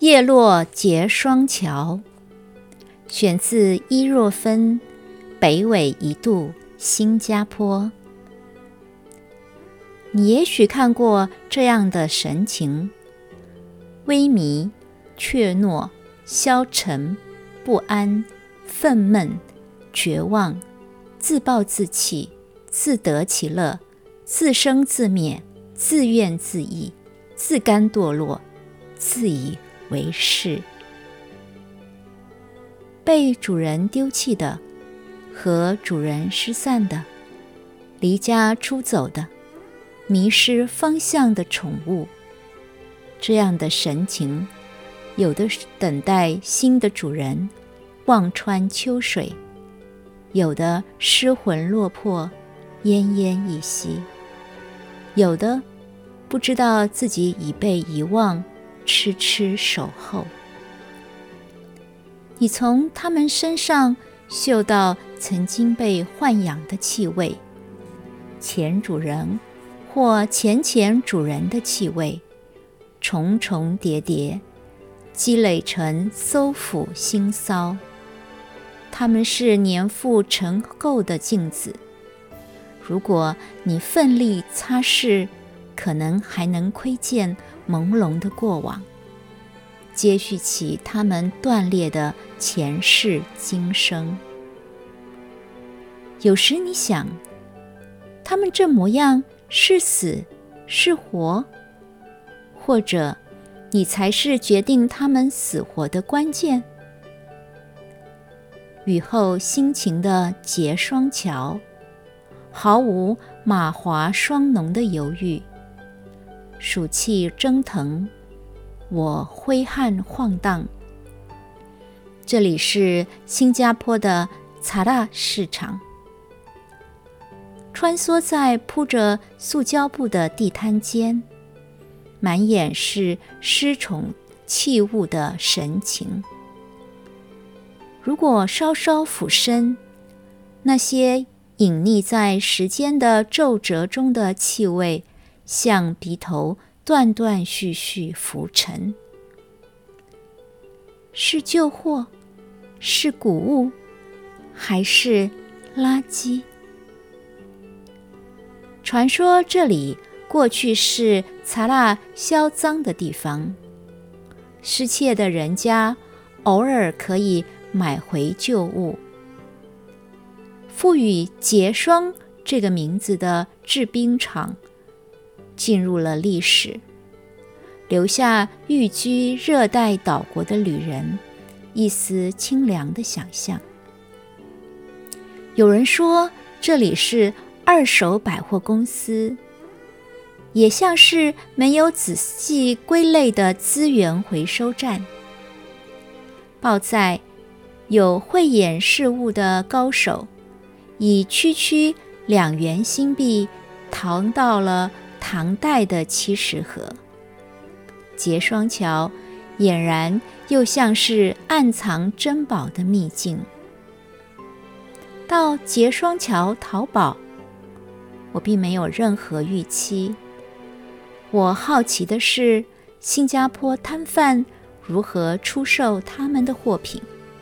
叶落结霜桥，选自伊若芬北纬1度新加坡。你也许看过这样的神情：萎靡、怯懦、消沉、不安、愤懑、绝望、自暴自弃、自得其乐、自生自灭、自怨自艾、自甘堕落、自以为是。被主人丢弃的，和主人失散的，离家出走的，迷失方向的宠物，这样的神情，有的等待新的主人望穿秋水，有的失魂落魄，奄奄一息，有的不知道自己已被遗忘，痴痴守候。你从他们身上嗅到曾经被豢养的气味，前主人或前前主人的气味，重重叠叠，积累成搜抚腥骚。它们是年复陈垢的镜子，如果你奋力擦拭，可能还能窥见朦胧的过往，接续起他们断裂的前世今生。有时你想，他们这模样是死是活？或者你才是决定他们死活的关键？雨后辛勤的结霜桥，毫无马华霜浓的犹豫，暑气蒸腾，我挥汗晃荡。这里是新加坡的查拉市场，穿梭在铺着塑胶布的地摊间，满眼是失宠器物的神情。如果稍稍俯身，那些隐匿在时间的皱褶中的气味，向鼻头断断续续浮沉。是旧货，是古物，还是垃圾？传说这里过去是查拉销赃的地方，失窃的人家偶尔可以买回旧物。赋予结霜这个名字的制冰厂进入了历史，留下寓居热带岛国的旅人一丝清凉的想象。有人说这里是二手百货公司，也像是没有仔细归类的资源回收站。报在有慧眼识物的高手，以区区2元新币淘到了唐代的70盒。结霜桥俨然又像是暗藏珍宝的秘境。到结霜桥淘宝，我并没有任何预期。我好奇的是，新加坡摊贩如何出售他们的货品。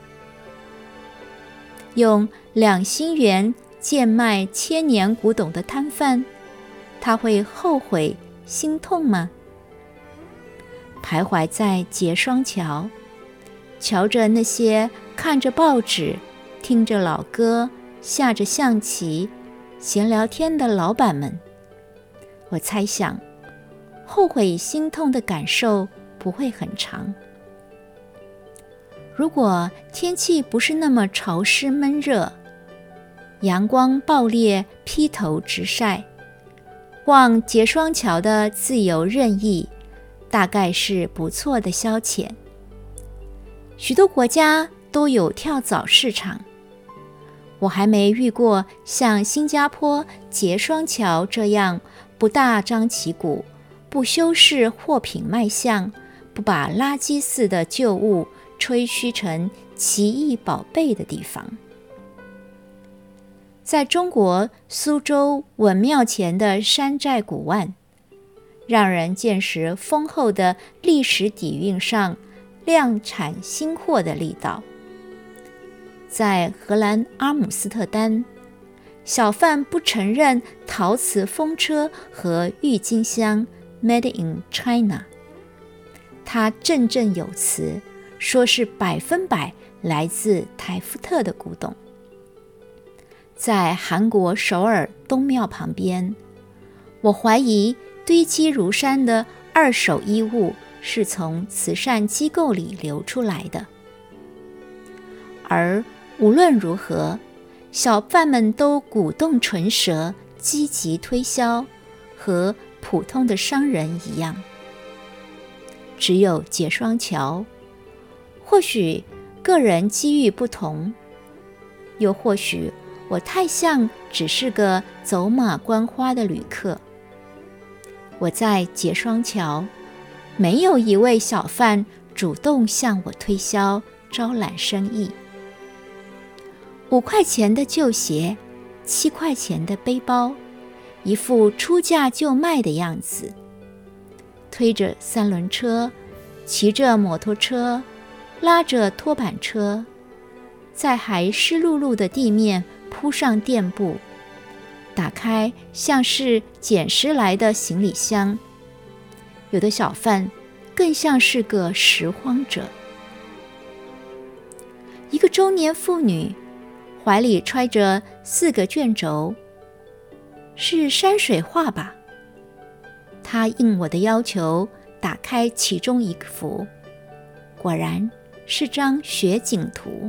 用2新元贱卖千年古董的摊贩，他会后悔心痛吗？徘徊在结霜桥，瞧着那些看着报纸、听着老歌、下着象棋、闲聊天的老板们，我猜想，后悔心痛的感受不会很长。如果天气不是那么潮湿闷热，阳光暴烈，劈头直晒，逛结霜桥的自由任意，大概是不错的消遣。许多国家都有跳蚤市场，我还没遇过像新加坡结霜桥这样不大张旗鼓、不修饰货品卖相、不把垃圾似的旧物吹嘘成奇异宝贝的地方。在中国苏州文庙前的山寨古玩，让人见识丰厚的历史底蕴上量产新货的力道。在荷兰阿姆斯特丹，小贩不承认陶瓷风车和郁金香 Made in China， 他振振有词说是100%来自台福特的古董。在韩国首尔东庙旁边，我怀疑堆积如山的二手衣物是从慈善机构里流出来的。而无论如何，小贩们都鼓动唇舌，积极推销，和普通的商人一样。只有结霜桥，或许个人机遇不同，又或许我太像只是个走马观花的旅客。我在结霜桥，没有一位小贩主动向我推销，招揽生意。5块钱的旧鞋，7块钱的背包，一副出价就卖的样子。推着3轮车，骑着摩托车，拉着拖板车，在还湿漉漉的地面铺上垫布，打开像是捡尸来的行李箱。有的小贩更像是个拾荒者。一个中年妇女怀里揣着4个卷轴，是山水画吧？她应我的要求打开其中一幅，果然是张雪景图，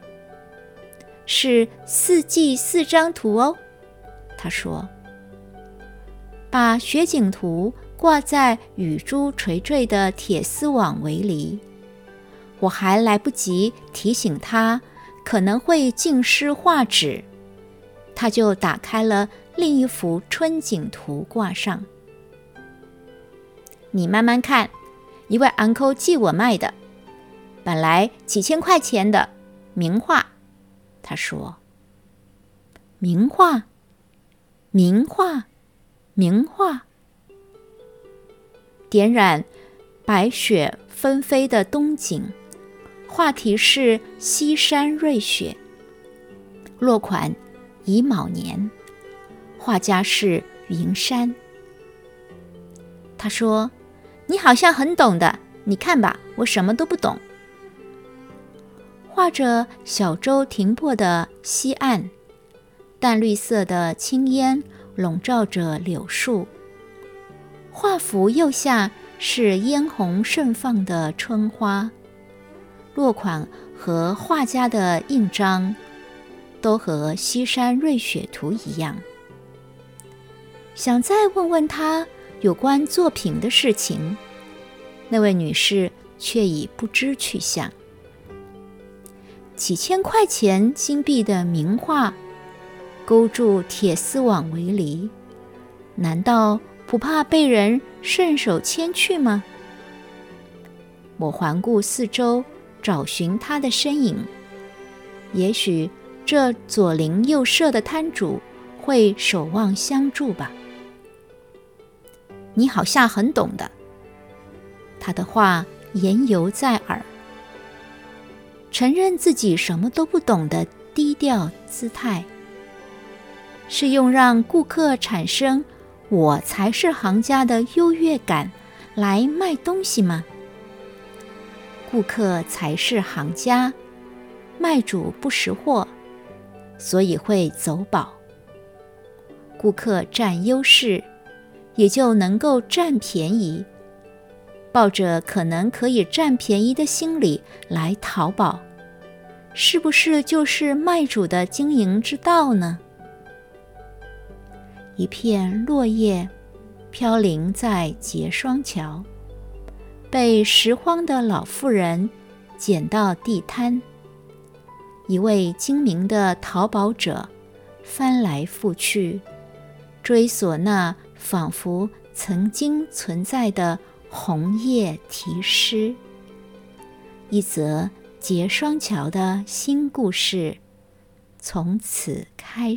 是4季4张图哦。她说，把雪景图挂在雨珠垂坠的铁丝网围里，我还来不及提醒她可能会浸湿画纸，她就打开了另一幅春景图挂上。你慢慢看，一位 uncle 寄我卖的，本来几千块钱的名画。他说，名画，名画，名画。点染白雪纷飞的冬景，画题是西山瑞雪，落款乙卯年，画家是云山。他说，你好像很懂的，你看吧，我什么都不懂。画着小舟停泊的西岸，淡绿色的青烟笼罩着柳树，画幅右下是嫣红盛放的春花，落款和画家的印章都和西山瑞雪图一样。想再问问他有关作品的事情，那位女士却已不知去向。几千块钱金币的名画，勾住铁丝网围篱，难道不怕被人顺手牵去吗？我环顾四周，找寻他的身影，也许这左邻右舍的摊主会守望相助吧。你好像很懂的，他的话言犹在耳。承认自己什么都不懂的低调姿态，是用让顾客产生我才是行家的优越感来卖东西吗？顾客才是行家，卖主不识货，所以会走宝。顾客占优势，也就能够占便宜，抱着可能可以占便宜的心理来淘宝，是不是就是卖主的经营之道呢？一片落叶飘零在结霜桥，被拾荒的老妇人捡到地摊。一位精明的淘宝者翻来覆去，追索那仿佛曾经存在的红叶题诗。一则结霜桥的新故事从此开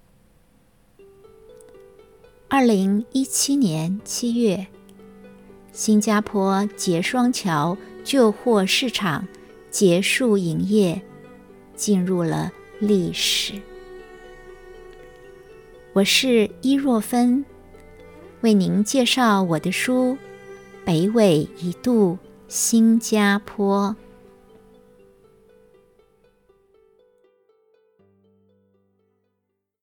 始。2017年7月， 新加坡结霜桥旧货市场结束营业，进入了历史。我是伊若芬，为您介绍我的书《北纬一度新加坡》。